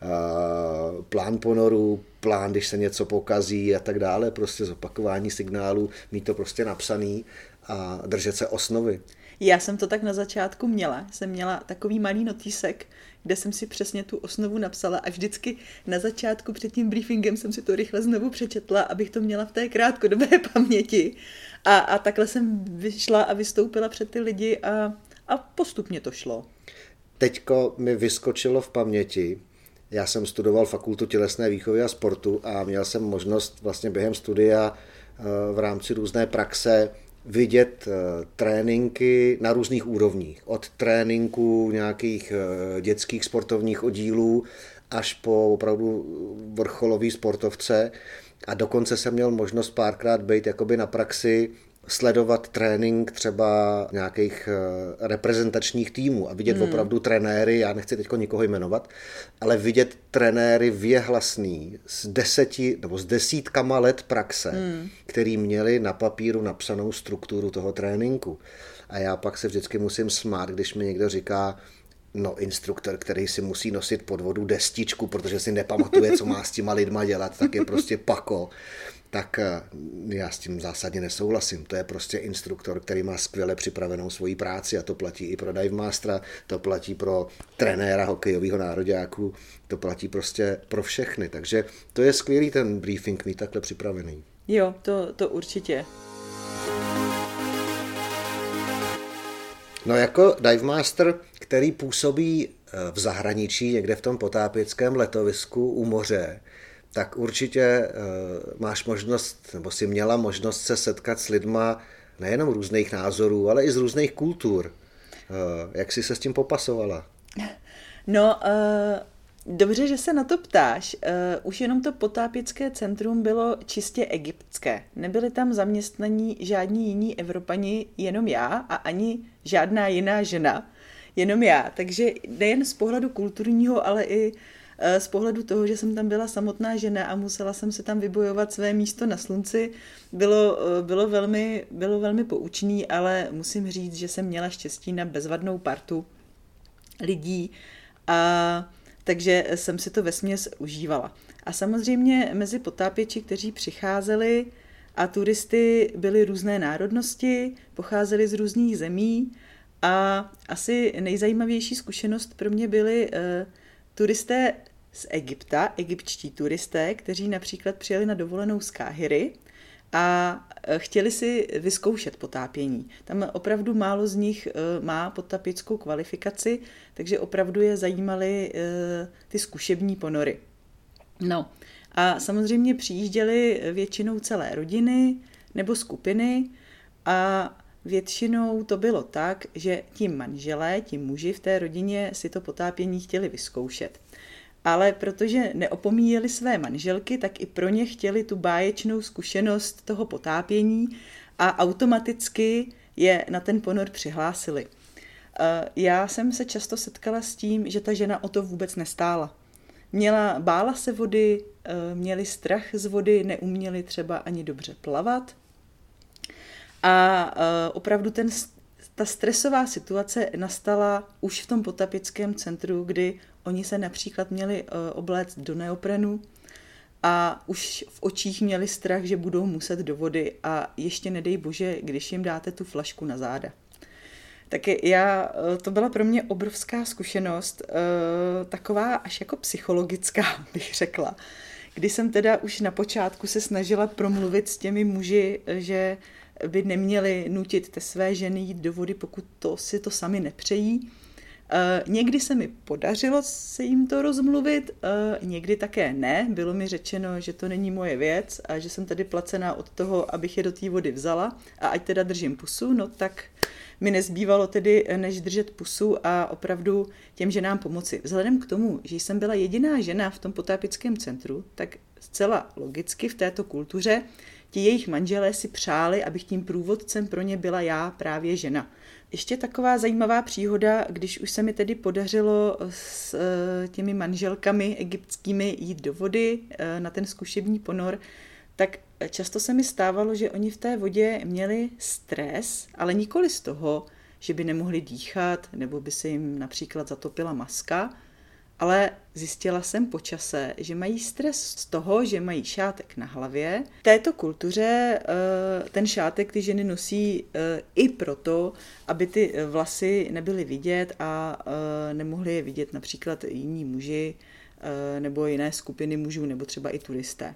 plán ponoru, plán, když se něco pokazí a tak dále, prostě zopakování signálu, mít to prostě napsaný a držet se osnovy. Já jsem to tak na začátku měla. Jsem měla takový malý notísek, kde jsem si přesně tu osnovu napsala a vždycky na začátku před tím briefingem jsem si to rychle znovu přečetla, abych to měla v té krátkodobé paměti. A takhle jsem vyšla a vystoupila před ty lidi a postupně to šlo. Teďko mi vyskočilo v paměti. Já jsem studoval fakultu tělesné výchovy a sportu a měl jsem možnost vlastně během studia v rámci různé praxe vidět tréninky na různých úrovních. Od tréninku nějakých dětských sportovních oddílů až po opravdu vrcholový sportovce. A dokonce jsem měl možnost párkrát být jakoby na praxi, sledovat trénink třeba nějakých reprezentačních týmů a vidět opravdu trenéry, já nechci teď nikoho jmenovat, ale vidět trenéry věhlasný s desítkama let praxe, který měli na papíru napsanou strukturu toho tréninku. A já pak se vždycky musím smát, když mi někdo říká, no instruktor, který si musí nosit pod vodu destičku, protože si nepamatuje, co má s těma lidma dělat, tak je prostě pako. Tak já s tím zásadně nesouhlasím. To je prostě instruktor, který má skvěle připravenou svoji práci a to platí i pro dive mastera, to platí pro trenéra hokejového nároďáku, to platí prostě pro všechny. Takže to je skvělý ten briefing mít takhle připravený. Jo, to určitě. No jako dive master, který působí v zahraničí, někde v tom potápěckém letovisku u moře, tak určitě máš možnost, nebo si měla možnost se setkat s lidma nejenom různých názorů, ale i z různých kultur. Jak jsi se s tím popasovala? No, dobře, že se na to ptáš. Už jenom to potápěcké centrum bylo čistě egyptské. Nebyli tam zaměstnaní žádní jiní Evropani, jenom já a ani žádná jiná žena, jenom já. Takže nejen z pohledu kulturního, ale i z pohledu toho, že jsem tam byla samotná žena a musela jsem se tam vybojovat své místo na slunci, bylo velmi poučný, ale musím říct, že jsem měla štěstí na bezvadnou partu lidí, a takže jsem si to vesměs užívala. A samozřejmě mezi potápěči, kteří přicházeli a turisty, byly různé národnosti, pocházeli z různých zemí a asi nejzajímavější zkušenost pro mě byli turisté z Egypta, egyptští turisté, kteří například přijeli na dovolenou z Káhiry a chtěli si vyzkoušet potápění. Tam opravdu málo z nich má potápěckou kvalifikaci, takže opravdu je zajímaly ty zkušební ponory. No a samozřejmě přijížděly většinou celé rodiny nebo skupiny a většinou to bylo tak, že ti manželé, ti muži v té rodině si to potápění chtěli vyzkoušet. Ale protože neopomíjeli své manželky, tak i pro ně chtěli tu báječnou zkušenost toho potápění a automaticky je na ten ponor přihlásili. Já jsem se často setkala s tím, že ta žena o to vůbec nestála. Bála se vody, měli strach z vody, neuměli třeba ani dobře plavat. A opravdu ta stresová situace nastala už v tom potápěckém centru, kdy oni se například měli obléct do neoprenu a už v očích měli strach, že budou muset do vody a ještě nedej bože, když jim dáte tu flašku na záda. Taky to byla pro mě obrovská zkušenost, taková až jako psychologická, bych řekla. Kdy jsem teda už na počátku se snažila promluvit s těmi muži, že by neměli nutit ty své ženy jít do vody, pokud si to sami nepřejí. Někdy se mi podařilo se jim to rozmluvit, někdy také ne. Bylo mi řečeno, že to není moje věc a že jsem tady placená od toho, abych je do té vody vzala a ať teda držím pusu, no tak mi nezbývalo tedy, než držet pusu a opravdu těm ženám pomoci. Vzhledem k tomu, že jsem byla jediná žena v tom potápěckém centru, tak zcela logicky v této kultuře ti jejich manželé si přáli, abych tím průvodcem pro ně byla já, právě žena. Ještě taková zajímavá příhoda, když už se mi tedy podařilo s těmi manželkami egyptskými jít do vody na ten zkušební ponor, tak často se mi stávalo, že oni v té vodě měli stres, ale nikoli z toho, že by nemohli dýchat nebo by se jim například zatopila maska, ale zjistila jsem po čase, že mají stres z toho, že mají šátek na hlavě. V této kultuře ten šátek ty ženy nosí i proto, aby ty vlasy nebyly vidět a nemohli je vidět například jiní muži nebo jiné skupiny mužů nebo třeba i turisté.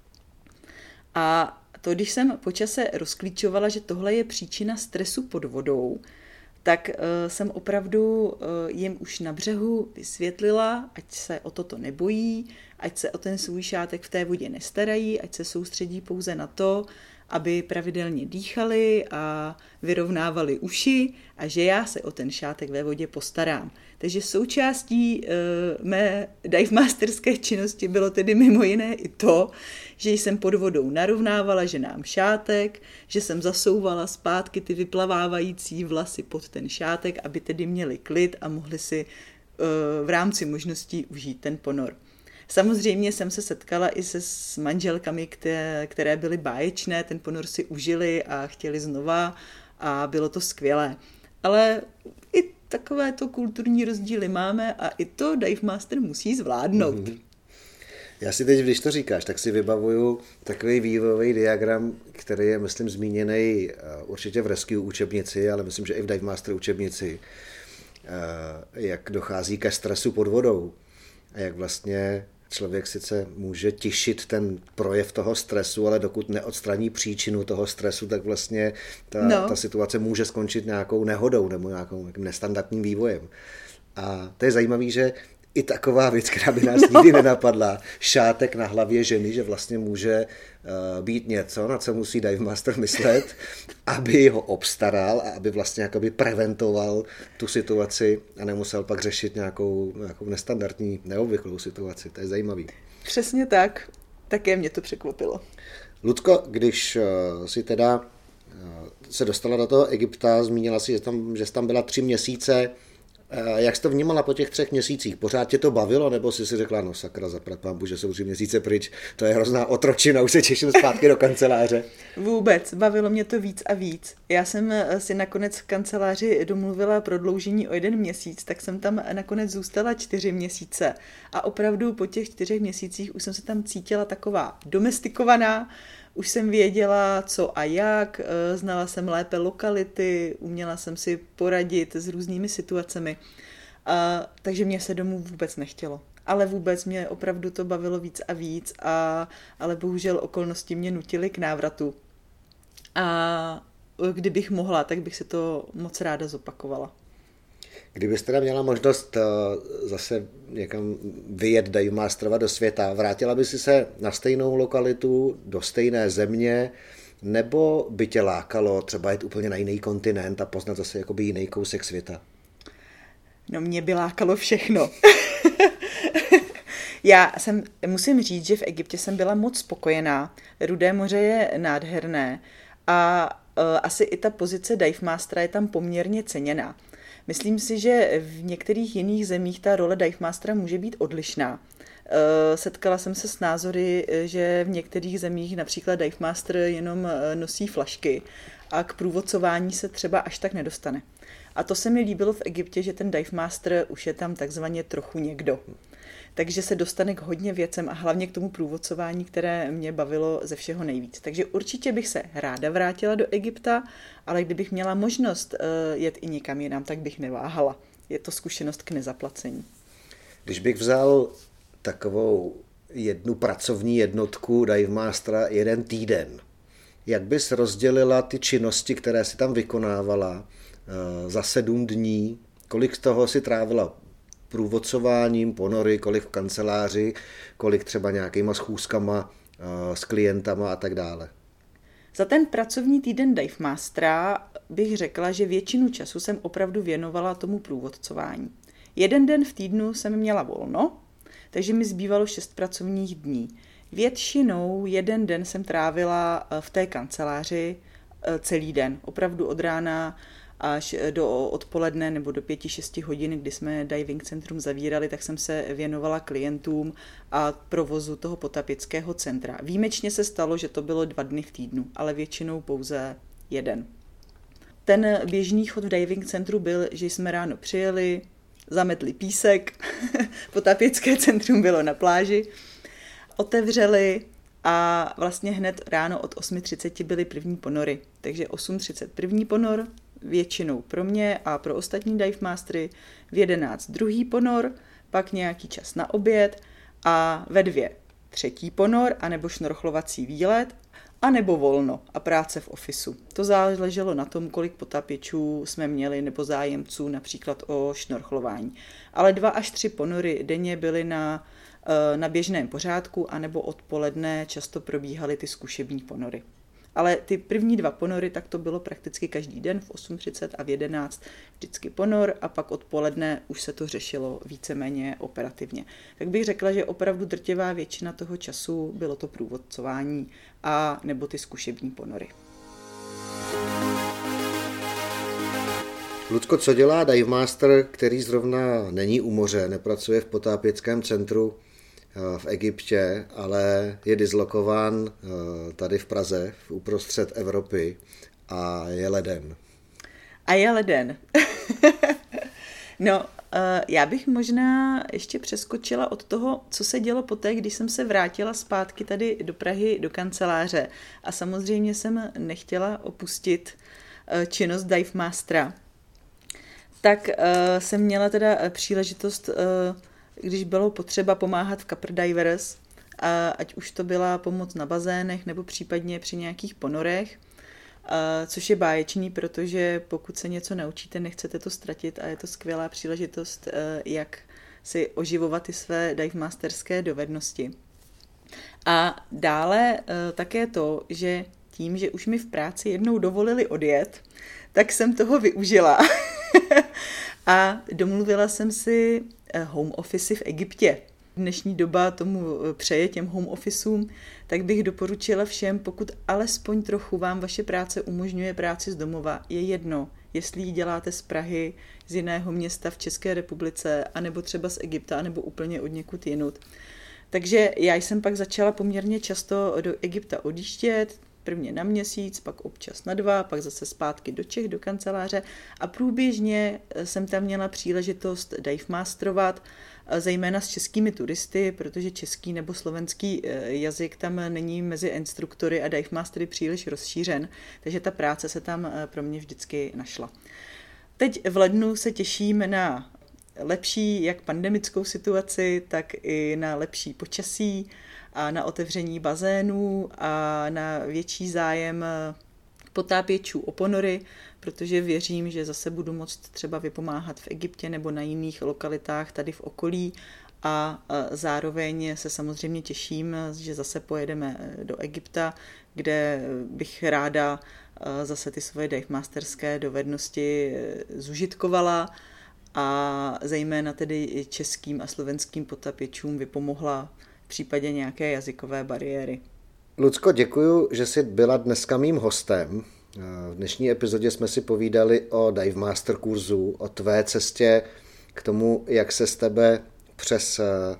A to, když jsem po čase rozklíčovala, že tohle je příčina stresu pod vodou, tak jsem opravdu jim už na břehu vysvětlila, ať se o toto nebojí, ať se o ten svůj šátek v té vodě nestarají, ať se soustředí pouze na to, aby pravidelně dýchali a vyrovnávali uši a že já se o ten šátek ve vodě postarám. Takže součástí mé dive masterské činnosti bylo tedy mimo jiné i to, že jsem pod vodou narovnávala ženám šátek, že jsem zasouvala zpátky ty vyplavávající vlasy pod ten šátek, aby tedy měli klid a mohli si v rámci možností užít ten ponor. Samozřejmě jsem se setkala i s manželkami, které byly báječné, ten ponor si užili a chtěli znova a bylo to skvělé. Ale i takovéto kulturní rozdíly máme a i to dive master musí zvládnout. Mm-hmm. Já si teď, když to říkáš, tak si vybavuju takový vývojový diagram, který je, myslím, zmíněný určitě v Rescue učebnici, ale myslím, že i v dive master učebnici, jak dochází ke stresu pod vodou a jak vlastně Člověk sice může tišit ten projev toho stresu, ale dokud neodstraní příčinu toho stresu, tak vlastně ta situace může skončit nějakou nehodou nebo nějakým nestandardním vývojem. A to je zajímavé, že i taková věc, která by nás nikdy nenapadla, šátek na hlavě ženy, že vlastně může být něco, na co musí dive master myslet, aby ho obstaral a aby vlastně jakoby preventoval tu situaci a nemusel pak řešit nějakou nestandardní, neobvyklou situaci. To je zajímavý. Přesně tak. Také mě to překvapilo. Lucko, když si teda se dostala do toho Egypta, zmínila si, že jsi tam byla 3 měsíce. Jak jsi to vnímala po těch 3 měsících? Pořád tě to bavilo, nebo jsi si řekla, no sakra, zaplať pánbůh, že jsou 3 měsíce pryč, to je hrozná otročina, už se těším zpátky do kanceláře? Vůbec, bavilo mě to víc a víc. Já jsem si nakonec v kanceláři domluvila prodloužení o 1 měsíc, tak jsem tam nakonec zůstala 4 měsíce. A opravdu po těch 4 měsících už jsem se tam cítila taková domestikovaná, už jsem věděla, co a jak, znala jsem lépe lokality, uměla jsem si poradit s různými situacemi, takže mě se domů vůbec nechtělo. Ale vůbec mě opravdu to bavilo víc a víc, ale bohužel okolnosti mě nutily k návratu. A kdybych mohla, tak bych si to moc ráda zopakovala. Kdybys teda měla možnost zase někam vyjet dive masterovat do světa, vrátila by si se na stejnou lokalitu, do stejné země, nebo by tě lákalo třeba jít úplně na jiný kontinent a poznat zase jakoby jiný kousek světa? No mě by lákalo všechno. Musím říct, že v Egyptě jsem byla moc spokojená. Rudé moře je nádherné a asi i ta pozice dive mastera je tam poměrně ceněná. Myslím si, že v některých jiných zemích ta role dive mastera může být odlišná. Setkala jsem se s názory, že v některých zemích například dive master jenom nosí flašky a k průvodcování se třeba až tak nedostane. A to se mi líbilo v Egyptě, že ten dive master už je tam takzvaně trochu někdo. Takže se dostane k hodně věcem a hlavně k tomu průvodcování, které mě bavilo ze všeho nejvíc. Takže určitě bych se ráda vrátila do Egypta, ale kdybych měla možnost jet i někam jinam, tak bych neváhala. Je to zkušenost k nezaplacení. Když bych vzal takovou jednu pracovní jednotku dive mastera 1 týden, jak bys rozdělila ty činnosti, které si tam vykonávala za 7 dní? Kolik z toho si trávila průvodcováním, ponory, kolik v kanceláři, kolik třeba nějakýma schůzkama s klientama a tak dále? Za ten pracovní týden dive mastera bych řekla, že většinu času jsem opravdu věnovala tomu průvodcování. 1 den v týdnu jsem měla volno, takže mi zbývalo 6 pracovních dní. Většinou 1 den jsem trávila v té kanceláři celý den, opravdu od rána až do odpoledne nebo do 5-6 hodin, kdy jsme diving centrum zavírali, tak jsem se věnovala klientům a provozu toho potápěckého centra. Výjimečně se stalo, že to bylo 2 dny v týdnu, ale většinou pouze 1. Ten běžný chod v diving centru byl, že jsme ráno přijeli, zametli písek, potápěcké centrum bylo na pláži, otevřeli a vlastně hned ráno od 8:30 byly první ponory. Takže 8:30 první ponor, většinou pro mě a pro ostatní dive mastery, v 11 druhý ponor, pak nějaký čas na oběd a ve 2 třetí ponor, anebo šnorchlovací výlet, anebo volno a práce v ofisu. To záleželo na tom, kolik potápěčů jsme měli nebo zájemců například o šnorchlování. Ale 2 až 3 ponory denně byly na běžném pořádku, anebo odpoledne často probíhaly ty zkušební ponory. Ale ty první 2 ponory, tak to bylo prakticky každý den v 8:30 a v 11 vždycky ponor a pak odpoledne už se to řešilo víceméně operativně. Tak bych řekla, že opravdu drtivá většina toho času bylo to průvodcování a nebo ty zkušební ponory. Lucko, co dělá dive master, který zrovna není u moře, nepracuje v potápěckém centru v Egyptě, ale je dislokován tady v Praze, uprostřed Evropy a je leden? A je leden. No, já bych možná ještě přeskočila od toho, co se dělo poté, když jsem se vrátila zpátky tady do Prahy, do kanceláře. A samozřejmě jsem nechtěla opustit činnost dive mastera. Tak jsem měla teda příležitost když bylo potřeba pomáhat v Copper Divers, a ať už to byla pomoc na bazénech nebo případně při nějakých ponorech, což je báječný, protože pokud se něco naučíte, nechcete to ztratit a je to skvělá příležitost, jak si oživovat ty své divemasterské dovednosti. A dále také to, že tím, že už mi v práci jednou dovolili odjet, tak jsem toho využila. A domluvila jsem si home office v Egyptě. Dnešní doba tomu přeje těm home officeům, tak bych doporučila všem, pokud alespoň trochu vám vaše práce umožňuje práci z domova, je jedno, jestli ji děláte z Prahy, z jiného města v České republice, anebo třeba z Egypta, anebo úplně od někud jinut. Takže já jsem pak začala poměrně často do Egypta odjíždět, prvně na měsíc, pak občas na 2, pak zase zpátky do Čech, do kanceláře a průběžně jsem tam měla příležitost divemasterovat, zejména s českými turisty, protože český nebo slovenský jazyk tam není mezi instruktory a divemastery příliš rozšířen, takže ta práce se tam pro mě vždycky našla. Teď v lednu se těším na lepší jak pandemickou situaci, tak i na lepší počasí a na otevření bazénů a na větší zájem potápěčů o ponory, protože věřím, že zase budu moct třeba vypomáhat v Egyptě nebo na jiných lokalitách tady v okolí a zároveň se samozřejmě těším, že zase pojedeme do Egypta, kde bych ráda zase ty svoje divemasterské dovednosti zužitkovala a zejména tedy českým a slovenským potápěčům vypomohla v případě nějaké jazykové bariéry. Lucko, děkuju, že jsi byla dneska mým hostem. V dnešní epizodě jsme si povídali o divemaster kurzu, o tvé cestě k tomu, jak se z tebe přes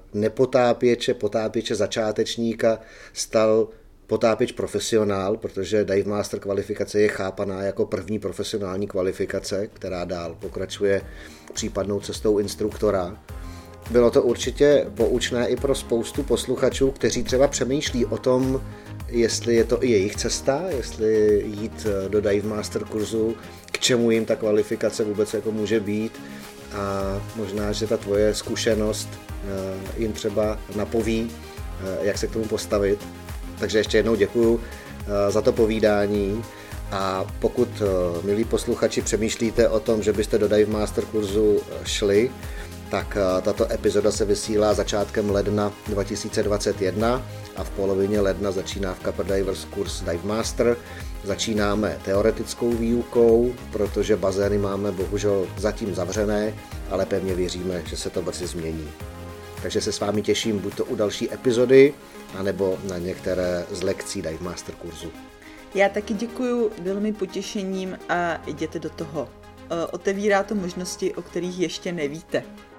potápěče začátečníka stal potápěč profesionál, protože divemaster kvalifikace je chápaná jako první profesionální kvalifikace, která dál pokračuje případnou cestou instruktora. Bylo to určitě poučné i pro spoustu posluchačů, kteří třeba přemýšlí o tom, jestli je to i jejich cesta, jestli jít do divemaster kurzu, k čemu jim ta kvalifikace vůbec jako může být a možná, že ta tvoje zkušenost jim třeba napoví, jak se k tomu postavit. Takže ještě jednou děkuju za to povídání a pokud, milí posluchači, přemýšlíte o tom, že byste do divemaster kurzu šli, tak tato epizoda se vysílá začátkem ledna 2021 a v polovině ledna začíná v Copper Divers kurz Divemaster. Začínáme teoretickou výukou, protože bazény máme bohužel zatím zavřené, ale pevně věříme, že se to brzy změní. Takže se s vámi těším buď to u další epizody, anebo na některé z lekcí Divemaster kurzu. Já taky děkuju, bylo mi potěšením a jděte do toho. Otevírá to možnosti, o kterých ještě nevíte.